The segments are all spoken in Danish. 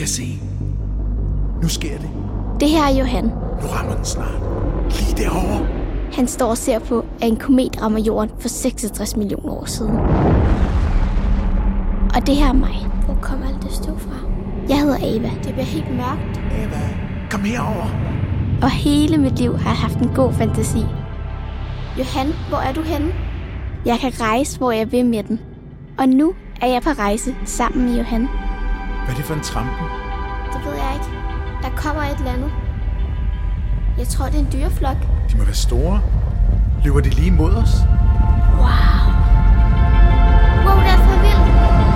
kan se. Nu sker det. Det her er Johan. Nu rammer den snart. Lige derovre. Han står og ser på, at en komet rammer jorden for 66 millioner år siden. Og det her er mig. Hvor kommer alt det støv fra? Jeg hedder Ava. Det bliver helt mørkt. Ava, kom herover. Og hele mit liv har jeg haft en god fantasi. Johan, hvor er du henne? Jeg kan rejse, hvor jeg vil med den. Og nu er jeg på rejse sammen med Johan. Hvad er det for en trampe? Det ved jeg ikke. Der kommer et eller andet. Jeg tror, det er en dyreflok. De må være store. Løber de lige mod os? Wow. Wow, det er for vildt.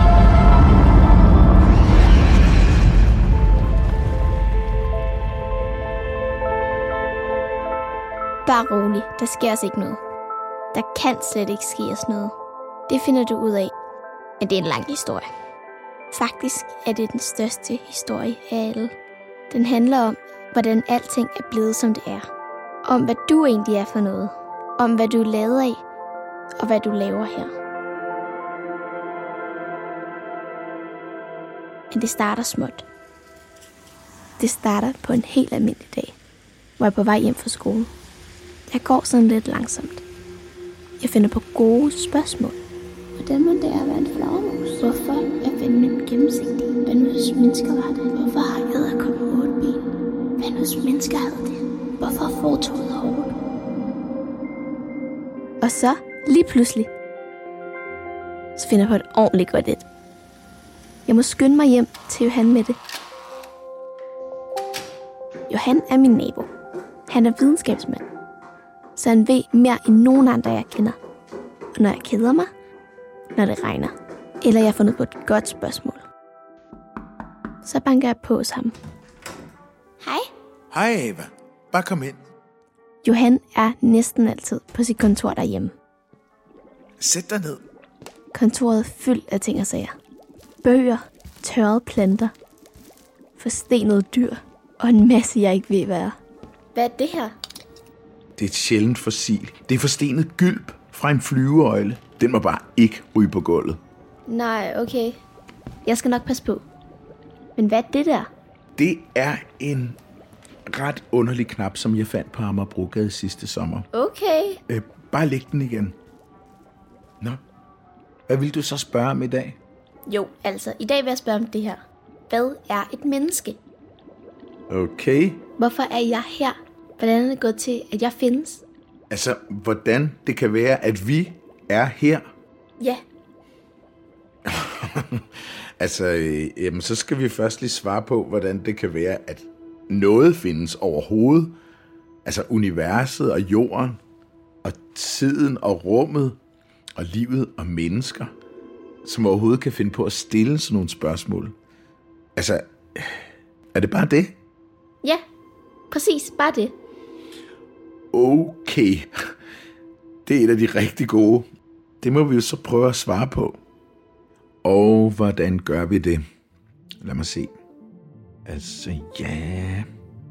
Bare rolig, der sker os ikke noget. Der kan slet ikke ske os noget. Det finder du ud af. Men det er en lang historie. Faktisk er det den største historie af alle. Den handler om, hvordan alting er blevet, som det er. Om, hvad du egentlig er for noget. Om, hvad du er lavet af, og hvad du laver her. Men det starter småt. Det starter på en helt almindelig dag, hvor jeg er på vej hjem fra skole. Jeg går sådan lidt langsomt. Jeg finder på gode spørgsmål. Hvordan må det at være en flagermus? Hvorfor er vandmænd gennemsigtige? Hvad nu hvis mennesker var det? Hvorfor har edderkopper 8 ben? Hvad nu hvis mennesker havde det? Hvorfor er fortovet hårdt? Og så, lige pludselig, så finder jeg på et ordentligt godt et. Jeg må skynde mig hjem til Johan med det. Johan er min nabo. Han er videnskabsmand. Så han ved mere end nogen andre, jeg kender. Og når jeg keder mig, når det regner, eller jeg har fundet på et godt spørgsmål, så banker jeg på hos ham. Hej. Hej Ava. Bare kom ind. Johan er næsten altid på sit kontor derhjemme. Sæt dig ned. Kontoret er fyldt af ting og sager. Bøger, tørrede planter, forstenede dyr og en masse, jeg ikke ved, hvad er. Hvad er det her? Det er et sjældent fossil. Det er forstenet gylp fra en flyveøgle. Den må bare ikke ryge på gulvet. Nej, okay. Jeg skal nok passe på. Men hvad er det der? Det er en ret underlig knap, som jeg fandt på Amagerbrogade sidste sommer. Okay. Bare læg den igen. Nå, hvad vil du så spørge om i dag? Jo, altså, i dag vil jeg spørge om det her. Hvad er et menneske? Okay. Hvorfor er jeg her? Hvordan er det gået til, at jeg findes? Altså, hvordan det kan være, at vi er her? Ja. Altså, jamen, så skal vi først lige svare på, hvordan det kan være, at noget findes overhovedet. Altså universet og jorden, og tiden og rummet, og livet og mennesker, som overhovedet kan finde på at stille sådan nogle spørgsmål. Altså, er det bare det? Ja, præcis, bare det. Okay, det er et af de rigtig gode. Det må vi jo så prøve at svare på. Og hvordan gør vi det? Lad mig se. Altså, ja.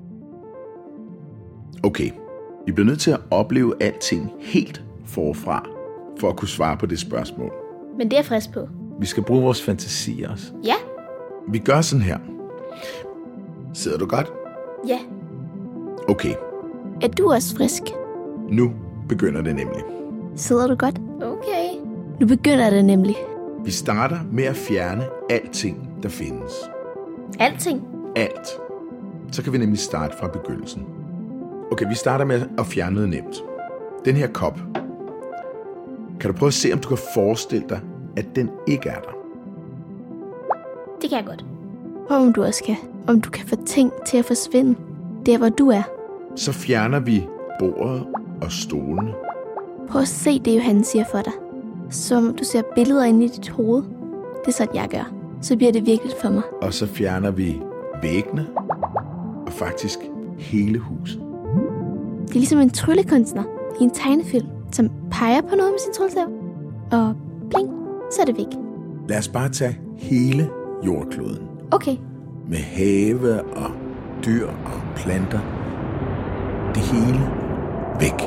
Okay, vi bliver nødt til at opleve alting helt forfra, for at kunne svare på det spørgsmål. Men det er jeg frisk på. Vi skal bruge vores fantasi også. Ja. Vi gør sådan her. Sidder du godt? Ja. Okay, Er du også frisk? nu begynder det nemlig. Sidder du godt? Okay. Nu begynder det nemlig. Vi starter med at fjerne alting, der findes. Alting? Alt. Så kan vi nemlig starte fra begyndelsen. Okay, vi starter med at fjerne noget nemt. Den her kop. Kan du prøve at se, om du kan forestille dig, at den ikke er der? Det kan jeg godt. Prøv om du også kan. Om du kan få ting til at forsvinde. Der hvor du er. Så fjerner vi bordet og stolene. Prøv at se det, Johan siger for dig. Som om du ser billeder inde i dit hoved. Det er sådan, jeg gør. Så bliver det virkeligt for mig. Og så fjerner vi væggene og faktisk hele huset. Det er ligesom en tryllekunstner i en tegnefilm, som peger på noget med sin tryllestav. Og bling, så er det væk. Lad os bare tage hele jordkloden. Okay. Med have og dyr og planter. Det hele væk.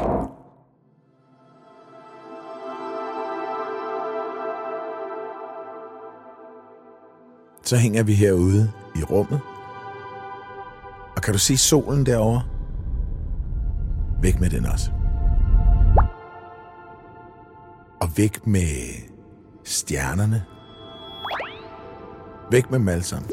Så hænger vi herude i rummet. Og kan du se solen derovre? Væk med den også. Og væk med stjernerne. Væk med dem alle sammen.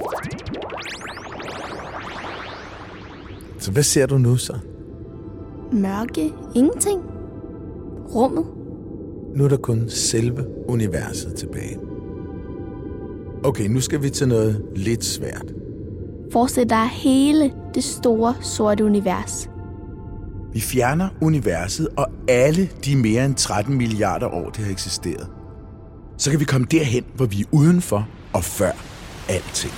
Så hvad ser du nu så? Mørke. Ingenting. Rummet. Nu er der kun selve universet tilbage. Okay, nu skal vi til noget lidt svært. Forestil dig hele det store, sorte univers. Vi fjerner universet og alle de mere end 13 milliarder år, det har eksisteret. Så kan vi komme derhen, hvor vi er udenfor og før alting.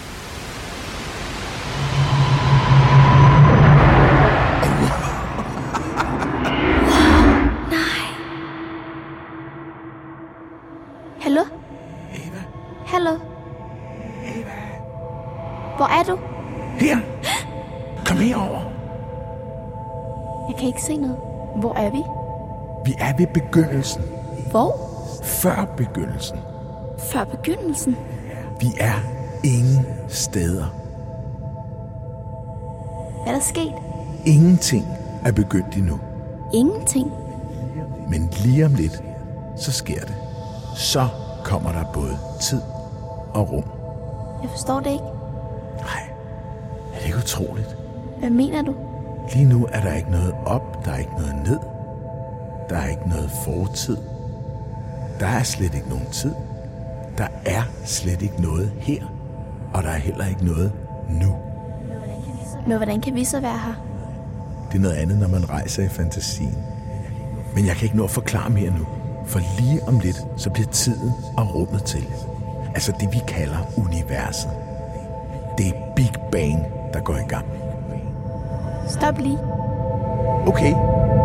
Nej. Hallo? Eva? Hallo? Eva? Hvor er du? Her! Kom herover. Jeg kan ikke se noget. Hvor er vi? Vi er ved begyndelsen. Hvor? Før begyndelsen. Før begyndelsen. Vi er ingen steder. Hvad er der sket? Ingenting er begyndt endnu. Ingenting. Men lige om lidt, så sker det. Så kommer der både tid og rum. Jeg forstår det ikke. Nej, er det ikke utroligt? Hvad mener du? Lige nu er der ikke noget op, der er ikke noget ned. Der er ikke noget fortid. Der er slet ikke nogen tid. Der er slet ikke noget her. Og der er heller ikke noget nu. Men hvordan kan vi så være her? Det er noget andet, når man rejser i fantasien. Men jeg kan ikke nå at forklare mere nu. For lige om lidt, så bliver tiden og rummet til. Altså det, vi kalder universet. Det er Big Bang, der går i gang. Stop lige. Okay.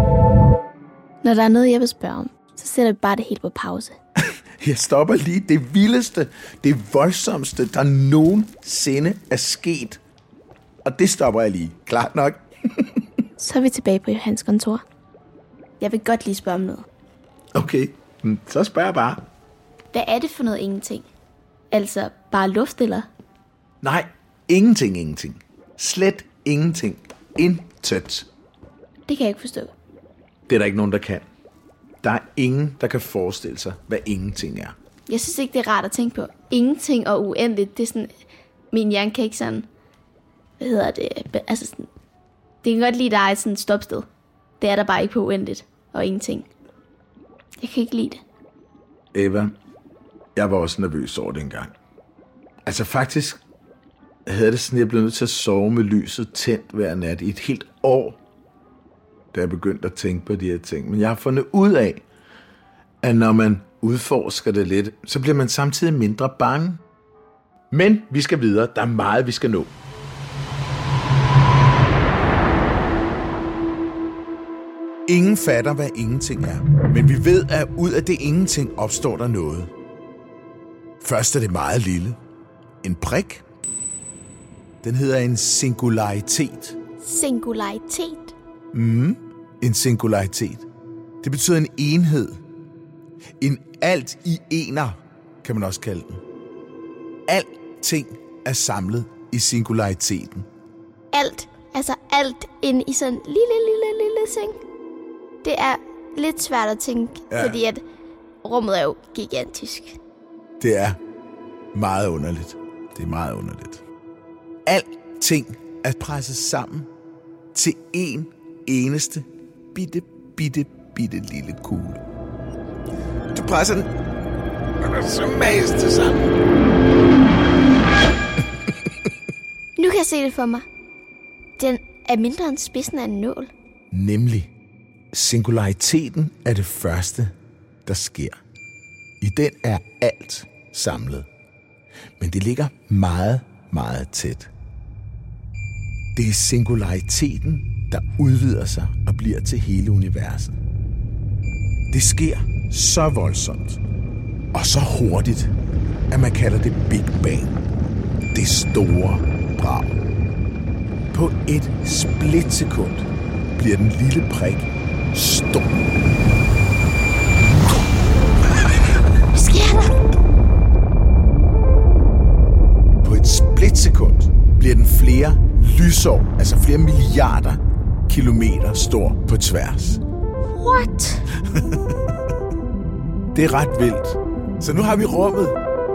Når der er noget, jeg vil spørge om, så sætter vi bare det helt på pause. Jeg stopper lige. Det vildeste, det voldsomste, der nogensinde er sket. Og det stopper jeg lige. Klart nok. Så er vi tilbage på Johans kontor. Jeg vil godt lige spørge om noget. Okay, så spørger jeg bare. Hvad er det for noget ingenting? Altså bare luft, eller? Nej, ingenting. Slet ingenting. Intet. Det kan jeg ikke forstå. Det er der ikke nogen, der kan. Der er ingen, der kan forestille sig, hvad ingenting er. Jeg synes ikke, det er rart at tænke på. Ingenting og uendeligt, det er sådan... Min hjerne kan ikke sådan... Hvad hedder det? Altså sådan... Det kan godt lide, der er et sådan stopsted. Det er der bare ikke på uendeligt og ingenting. Jeg kan ikke lide det. Eva, jeg var også nervøs over det engang. Altså faktisk havde det sådan, jeg blev nødt til at sove med lyset tændt hver nat i et helt år, da jeg begyndte at tænke på de her ting. Men jeg har fundet ud af, at når man udforsker det lidt, så bliver man samtidig mindre bange. Men vi skal videre. Der er meget, vi skal nå. Ingen fatter, hvad ingenting er. Men vi ved, at ud af det ingenting opstår der noget. Først er det meget lille. En prik. Den hedder en singularitet. Singularitet? En singularitet. Det betyder en enhed. En alt i ener, kan man også kalde den. Alting er samlet i singulariteten. Alt. Altså alt inde i sådan en lille ting. Det er lidt svært at tænke, fordi at rummet er jo gigantisk. Det er meget underligt. Det er meget underligt. Alting er presset sammen til en eneste bitte lille kugle. Du presser den, og der smages det sammen. Nu kan jeg se det for mig. Den er mindre end spidsen af en nål. Nemlig. Singulariteten er det første, der sker. I den er alt samlet. Men det ligger meget, meget tæt. Det er singulariteten, der udvider sig og bliver til hele universet. Det sker så voldsomt og så hurtigt, at man kalder det Big Bang. Det store brag. På et splitsekund bliver den lille prik stor. Hvad sker der? På et splitsekund bliver den flere lysår, altså flere milliarder kilometer stor på tværs. What? Det er ret vildt. Så nu har vi rummet.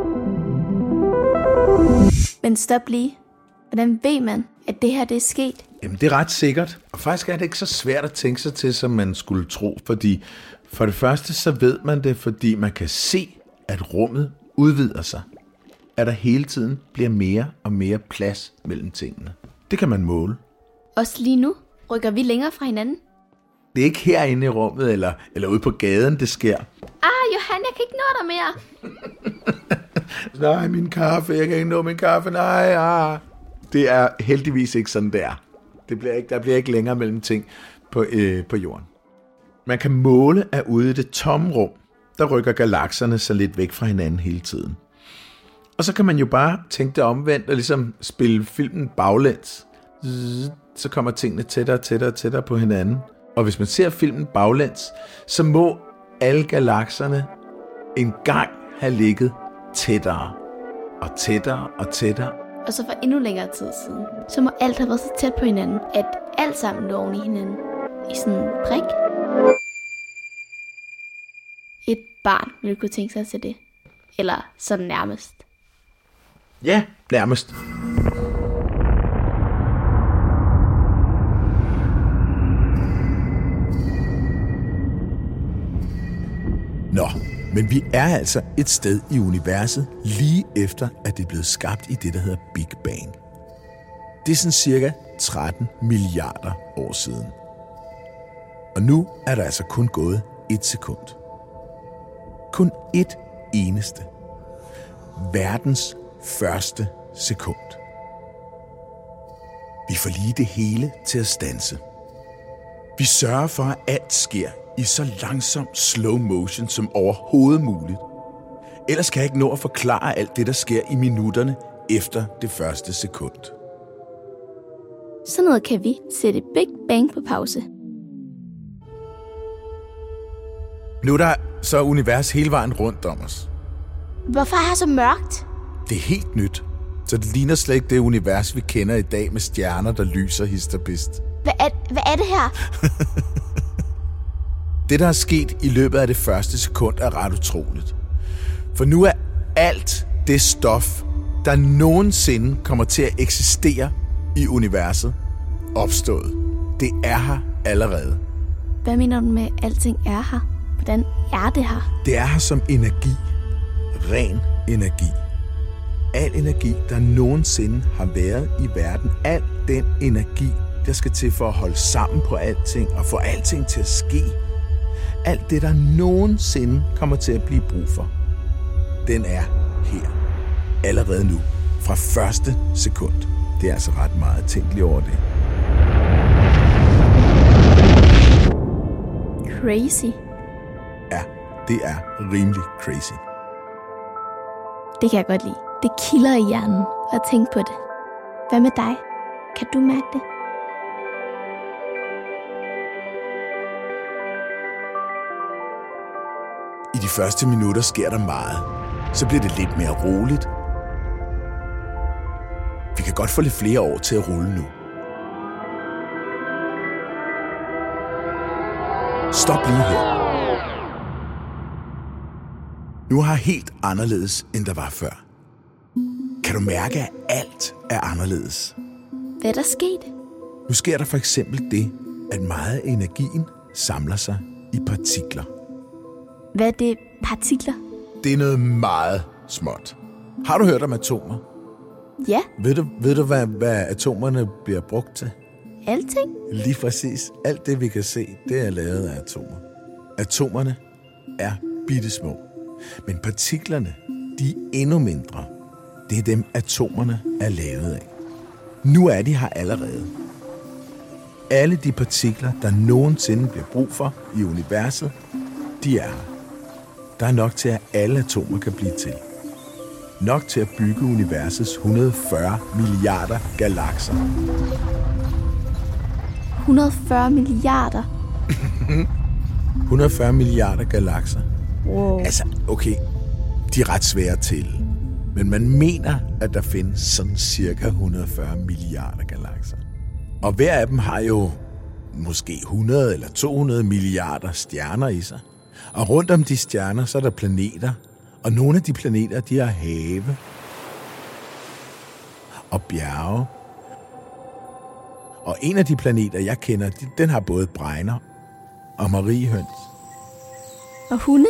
Men stop lige. Hvordan ved man, at det her det er sket? Jamen, det er ret sikkert. Og faktisk er det ikke så svært at tænke sig til, som man skulle tro. Fordi for det første, så ved man det, fordi man kan se, at rummet udvider sig. At der hele tiden bliver mere og mere plads mellem tingene. Det kan man måle. Også lige nu rykker vi længere fra hinanden. Det er ikke herinde i rummet eller ude på gaden, det sker. Johan, jeg kan ikke nå dig mere. Nej, min kaffe, jeg kan ikke nå min kaffe, nej. Det er heldigvis ikke sådan, der. Der bliver ikke længere mellem ting på jorden. Man kan måle, at ude i det tomme rum, der rykker galakserne så lidt væk fra hinanden hele tiden. Og så kan man jo bare tænke det omvendt og ligesom spille filmen baglæns. Så kommer tingene tættere og tættere og tættere på hinanden. Og hvis man ser filmen baglæns, så må alle galakserne engang have ligget tættere og tættere og tættere. Og så for endnu længere tid siden, så må alt have været så tæt på hinanden, at alt sammen lå oven i hinanden. I sådan en prik. Et barn ville kunne tænke sig til det. Eller sådan nærmest. Ja, nærmest. Nå, men vi er altså et sted i universet, lige efter at det er blevet skabt i det, der hedder Big Bang. Det er sådan cirka 13 milliarder år siden. Og nu er der altså kun gået 1 sekund. Kun et eneste. Verdens første sekund. Vi får lige det hele til at standse. Vi sørger for, at alt sker i så langsom slow motion som overhovedet muligt. Ellers kan jeg ikke nå at forklare alt det, der sker i minutterne efter det første sekund. Sådan noget kan vi sætte Big Bang på pause. Nu er der så univers hele vejen rundt om os. Hvorfor er det så mørkt? Det er helt nyt, så det ligner slet ikke det univers, vi kender i dag med stjerner, der lyser hist og pist. Hvad er det her? Det, der er sket i løbet af det første sekund, er ret utroligt. For nu er alt det stof, der nogensinde kommer til at eksistere i universet, opstået. Det er her allerede. Hvad mener du med, at alting er her? Hvordan er det her? Det er her som energi. Ren energi. Al energi, der nogensinde har været i verden. Al den energi, der skal til for at holde sammen på alting og få alting til at ske. Alt det, der nogensinde kommer til at blive brug for, den er her. Allerede nu. Fra første sekund. Det er altså ret meget tænkeligt over det. Crazy. Ja, det er rimelig crazy. Det kan jeg godt lide. Det kilder i hjernen at tænke på det. Hvad med dig? Kan du mærke det? I de første minutter sker der meget. Så bliver det lidt mere roligt. Vi kan godt få lidt flere år til at rulle nu. Stop lige her. Nu har helt anderledes, end der var før. Kan du mærke, at alt er anderledes? Hvad er der sket? Nu sker der for eksempel det, at meget af energien samler sig i partikler. Hvad er det? Partikler? Det er noget meget småt. Har du hørt om atomer? Ja. Ved du hvad atomerne bliver brugt til? Alting? Lige præcis. Alt det, vi kan se, det er lavet af atomer. Atomerne er bittesmå. Men partiklerne, de er endnu mindre. Det er dem, atomerne er lavet af. Nu er de her allerede. Alle de partikler, der nogensinde bliver brug for i universet, de er her. Der er nok til, at alle atomer kan blive til. Nok til at bygge universets 140 milliarder galakser. 140 milliarder? 140 milliarder galakser. Wow. Altså, okay, de er ret svære til. Men man mener, at der findes sådan cirka 140 milliarder galakser. Og hver af dem har jo måske 100 eller 200 milliarder stjerner i sig. Og rundt om de stjerner, så er der planeter. Og nogle af de planeter, de har have og bjerge. Og en af de planeter, jeg kender, den har både bregner og mariehøns. Og hunde?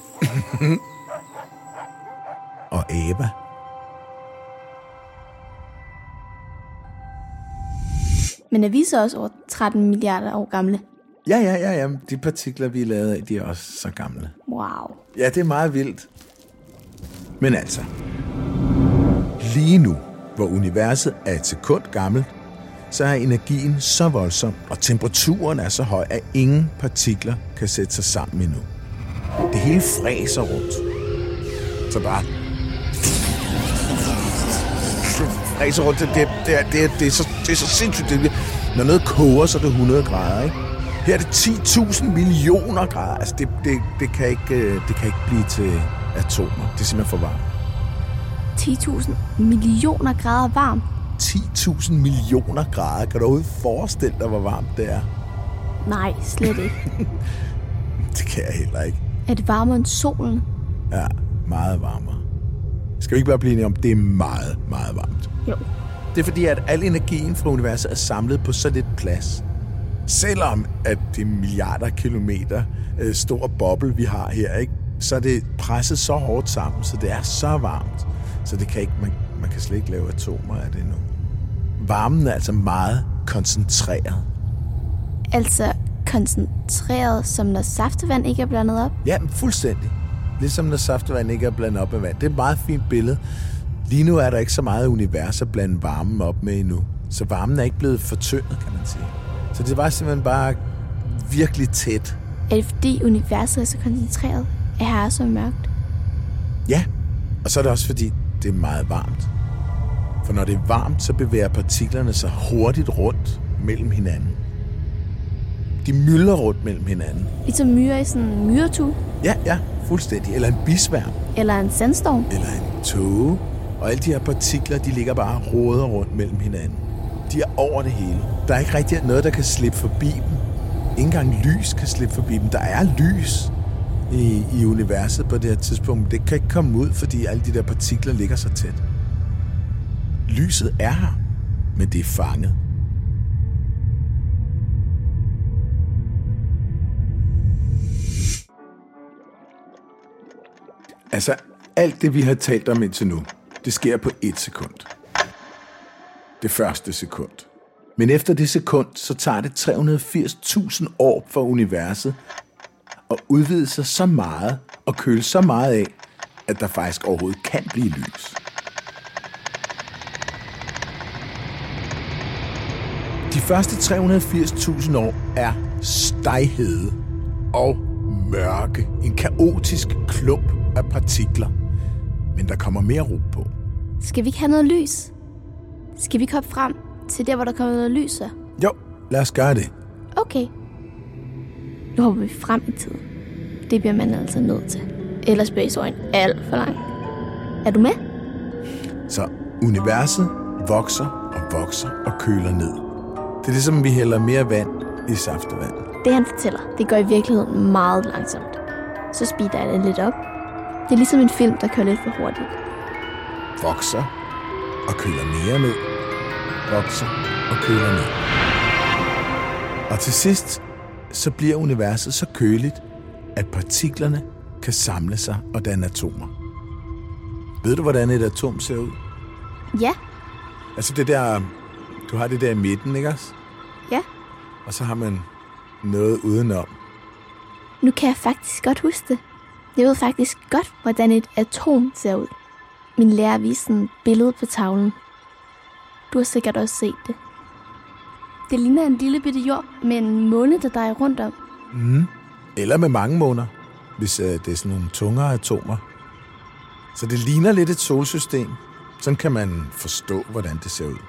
Og aber. Men er vi så også over 13 milliarder år gamle? Ja. De partikler, vi er lavet af, de er også så gamle. Wow. Ja, det er meget vildt. Men altså, lige nu, hvor universet er et sekund gammelt, så er energien så voldsom, og temperaturen er så høj, at ingen partikler kan sætte sig sammen endnu. Det hele fræser rundt. Så bare fræser rundt. Det er så sindssygt. Når noget koger, så er det 100 grader, ikke? Her er det 10.000 millioner grader. Altså, det kan ikke blive til atomer. Det er simpelthen for varmt. 10.000 millioner grader varmt? 10.000 millioner grader. Kan du overhovedet forestille dig, hvor varmt det er? Nej, slet ikke. Det kan jeg heller ikke. Er det varmere end solen? Ja, meget varmere. Skal vi ikke bare blive enige om, det er meget, meget varmt? Jo. Det er fordi, at al energien fra universet er samlet på så lidt plads. Selvom at det milliarder kilometer store boble, vi har her, ikke, så er det presset så hårdt sammen, så det er så varmt. Så det kan ikke, man kan slet ikke lave atomer af det endnu. Varmen er altså meget koncentreret. Altså koncentreret, som når saftevand ikke er blandet op? Ja, fuldstændig. Ligesom når saftevand ikke er blandet op med vand. Det er et meget fint billede. Lige nu er der ikke så meget univers at blande varmen op med endnu. Så varmen er ikke blevet fortyndet, kan man sige. Så det var simpelthen bare virkelig tæt. Er det fordi universet er så koncentreret, at her er så mørkt? Ja, og så er det også fordi, det er meget varmt. For når det er varmt, så bevæger partiklerne sig hurtigt rundt mellem hinanden. De myldrer rundt mellem hinanden. Ligesom myrer i sådan en myretue? Ja, fuldstændig. Eller en bisværm. Eller en sandstorm? Eller en tåge. Og alle de her partikler, de ligger bare og roder rundt mellem hinanden. De er over det hele. Der er ikke rigtig noget, der kan slippe forbi dem. Ikke engang lys kan slippe forbi dem. Der er lys i universet på det her tidspunkt. Det kan ikke komme ud, fordi alle de der partikler ligger så tæt. Lyset er her, men det er fanget. Altså, alt det, vi har talt om indtil nu, det sker på 1 sekund. Det første sekund. Men efter det sekund, så tager det 380.000 år for universet at udvide sig så meget og køle så meget af, at der faktisk overhovedet kan blive lys. De første 380.000 år er steghed og mørke. En kaotisk klump af partikler. Men der kommer mere ro på. Skal vi ikke have noget lys? Skal vi ikke hoppe frem til der, hvor der kommer noget lys så? Jo, lad os gøre det. Okay. Nu hopper vi frem i tiden. Det bliver man altså nødt til. Ellers bliver historien alt for lang. Er du med? Så universet vokser og vokser og køler ned. Det er ligesom, vi hælder mere vand i saftevand. Det han fortæller, det går i virkeligheden meget langsomt. Så speeder jeg det lidt op. Det er ligesom en film, der kører lidt for hurtigt. Vokser og køler mere ned. Vokser og køler ned. Og til sidst, så bliver universet så køligt, at partiklerne kan samle sig og danne atomer. Ved du, hvordan et atom ser ud? Ja. Altså det der, du har det der i midten, ikke også? Ja. Og så har man noget udenom. Nu kan jeg faktisk godt huske det. Jeg ved faktisk godt, hvordan et atom ser ud. Min lærer viste sådan et billede på tavlen. Du har sikkert også set det. Det ligner en lille bitte jord med en måne, der drejer rundt om. Eller med mange måner, hvis det er sådan nogle tungere atomer. Så det ligner lidt et solsystem. Sådan kan man forstå, hvordan det ser ud.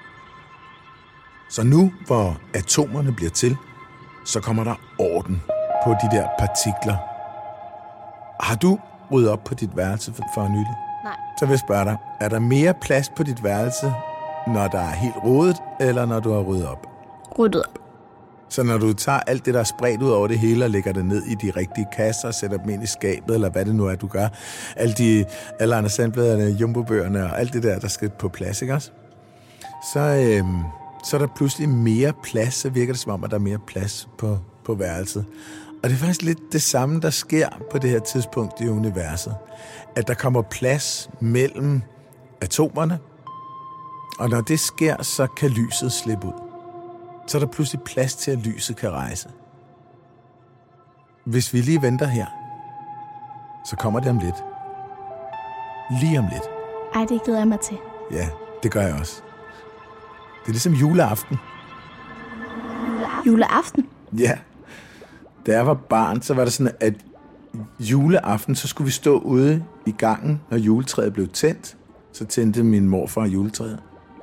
Så nu, hvor atomerne bliver til, så kommer der orden på de der partikler. Har du ryddet op på dit værelse for nylig? Nej. Så vil jeg spørge dig, er der mere plads på dit værelse, når der er helt rodet, eller når du har ryddet op? Ryddet op. Så når du tager alt det, der er spredt ud over det hele, og lægger det ned i de rigtige kasser, og sætter dem ind i skabet, eller hvad det nu er, du gør, alle Anders Sandbladerne, Jumbo-bøgerne og alt det der skal på plads, ikke også? Så er der pludselig mere plads, så virker det som om, at der er mere plads på værelset. Og det er faktisk lidt det samme, der sker på det her tidspunkt i universet. At der kommer plads mellem atomerne, og når det sker, så kan lyset slippe ud. Så er der pludselig plads til, at lyset kan rejse. Hvis vi lige venter her, så kommer det om lidt. Lige om lidt. Ej, det glæder jeg mig til. Ja, det gør jeg også. Det er ligesom juleaften. Juleaften? Ja. Da jeg var barn, så var det sådan, at juleaften, så skulle vi stå ude i gangen, når juletræet blev tændt. Så tændte min morfar juletræet.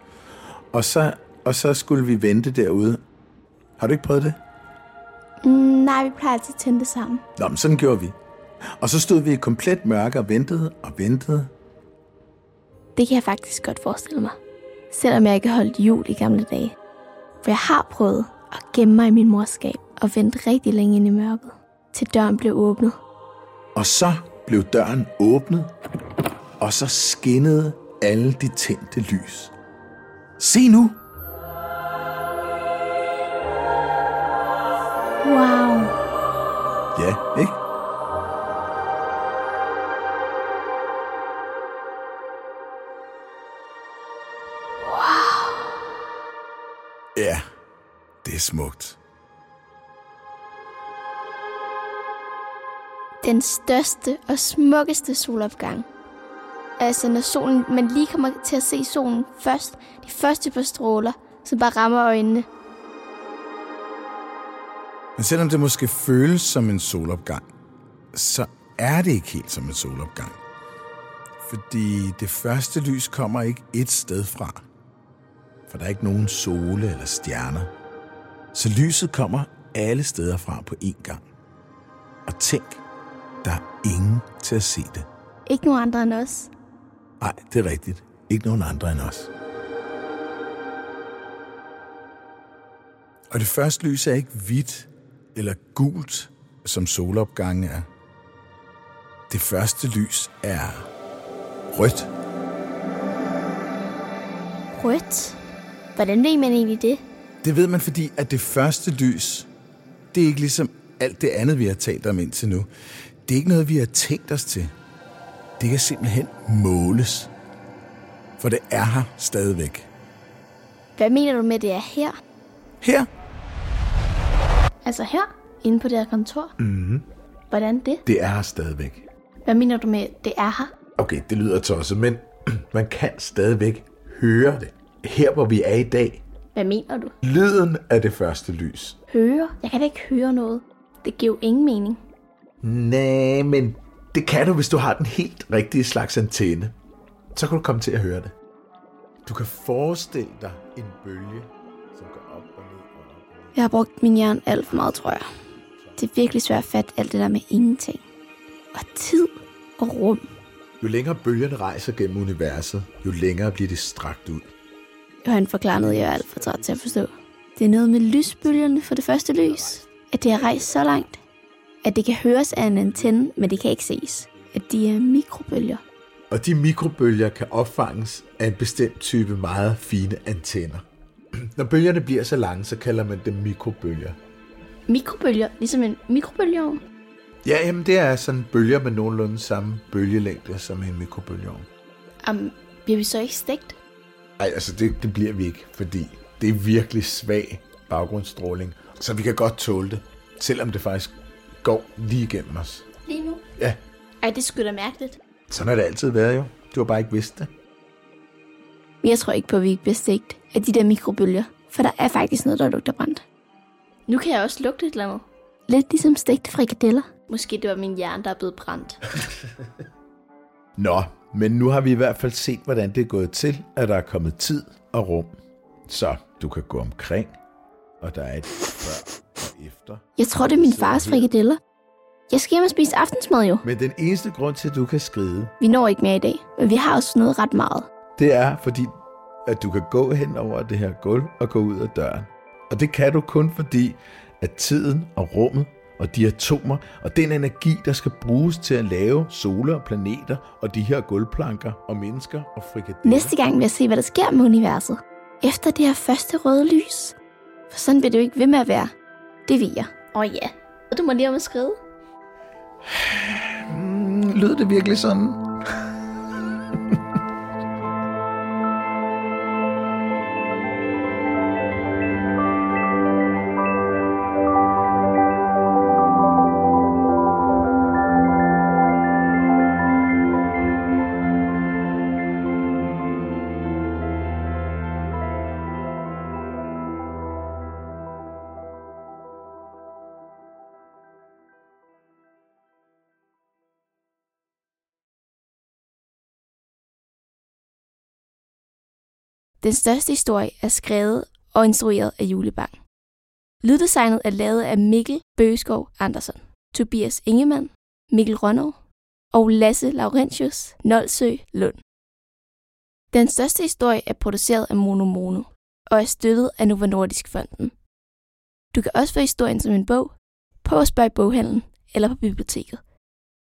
Og så skulle vi vente derude. Har du ikke prøvet det? Nej, vi plejer altid at tænde det sammen. Nå, men sådan gjorde vi. Og så stod vi i komplet mørke og ventede og ventede. Det kan jeg faktisk godt forestille mig. Selvom jeg ikke holdt jul i gamle dage. For jeg har prøvet at gemme mig i min mors skab og vente rigtig længe ind i mørket, til døren blev åbnet. Og så blev døren åbnet, og så skinnede alle de tændte lys. Se nu! Wow! Ja, ikke? Wow! Ja, det er smukt. Den største og smukkeste solopgang. Altså når man lige kommer til at se solen først, de første par stråler, som bare rammer øjnene. Men selvom det måske føles som en solopgang, så er det ikke helt som en solopgang. Fordi det første lys kommer ikke et sted fra. For der er ikke nogen sole eller stjerner. Så lyset kommer alle steder fra på én gang. Og tænk, der er ingen til at se det. Ikke nogen andre end os. Nej, det er rigtigt. Ikke nogen andre end os. Og det første lys er ikke hvidt eller gult, som solopgangen er. Det første lys er rødt. Rødt? Hvordan ved man egentlig det? Det ved man, fordi at det første lys, det er ikke ligesom alt det andet, vi har talt om indtil nu. Det er ikke noget, vi har tænkt os til. Det kan simpelthen måles. For det er her stadigvæk. Hvad mener du med, det er her? Her? Altså her? Inde på det her kontor? Mhm. Hvordan det? Det er her stadigvæk. Hvad mener du med, det er her? Okay, det lyder tosset, men man kan stadigvæk høre det. Her, hvor vi er i dag. Hvad mener du? Lyden af det første lys. Høre? Jeg kan da ikke høre noget. Det giver jo ingen mening. Nej, men det kan du, hvis du har den helt rigtige slags antenne. Så kan du komme til at høre det. Du kan forestille dig en bølge, som går op og ned og op. Jeg har brugt min hjerne alt for meget, tror jeg. Det er virkelig svært at fatte alt det der med ingenting. Og tid og rum. Jo længere bølgerne rejser gennem universet, jo længere bliver det strakt ud. Johan forklarer noget, jeg er alt for træt til at forstå. Det er noget med lysbølgerne for det første lys. At det har rejst så langt. At det kan høres af en antenne, men det kan ikke ses. At de er mikrobølger. Og de mikrobølger kan opfanges af en bestemt type meget fine antenner. Når bølgerne bliver så lange, så kalder man dem mikrobølger. Mikrobølger? Ligesom en mikrobølgeovn? Ja, jamen det er sådan bølger med nogenlunde samme bølgelængde som en mikrobølgeovn. Bliver vi så ikke stegt? Nej, altså det bliver vi ikke, fordi det er virkelig svag baggrundsstråling. Så vi kan godt tåle det, selvom det faktisk går lige igennem os. Lige nu? Ja. Ej, det skulle da mærkeligt. Sådan har det altid været jo. Du har bare ikke vidst det. Men jeg tror ikke på, at vi ikke bliver stegt af de der mikrobølger. For der er faktisk noget, der lugter brændt. Nu kan jeg også lugte et eller andet. Lidt ligesom stegte frikadeller. Måske det var min hjerne, der er blevet brændt. Nå, men nu har vi i hvert fald set, hvordan det er gået til, at der er kommet tid og rum. Så du kan gå omkring, og der er et før og efter. Jeg tror, det er min fars frikadeller. Jeg skal hjem og spise aftensmad jo. Men den eneste grund til, at du kan skride, Vi når ikke mere i dag, men vi har også noget ret meget. det er fordi, at du kan gå hen over det her gulv og gå ud af døren. Og det kan du kun fordi, at tiden og rummet og de atomer og den energi, der skal bruges til at lave soler og planeter og de her gulvplanker og mennesker og frikadeller. Næste gang vil jeg se, hvad der sker med universet. Efter det her første røde lys. For sådan vil det jo ikke ved med at være. Det ved jeg. Ja, og du må lige om at skrive. Lød det virkelig sådan? Den største historie er skrevet og instrueret af Julie Bang. Lyddesignet er lavet af Mikkel Bøgeskov Andersen, Tobias Ingemann, Mikkel Rønnow og Lasse Laurentius Nolsø Lund. Den største historie er produceret af Mono Mono og er støttet af Novo Nordisk Fonden. Du kan også få historien som en bog på Spørg Boghandlen eller på biblioteket.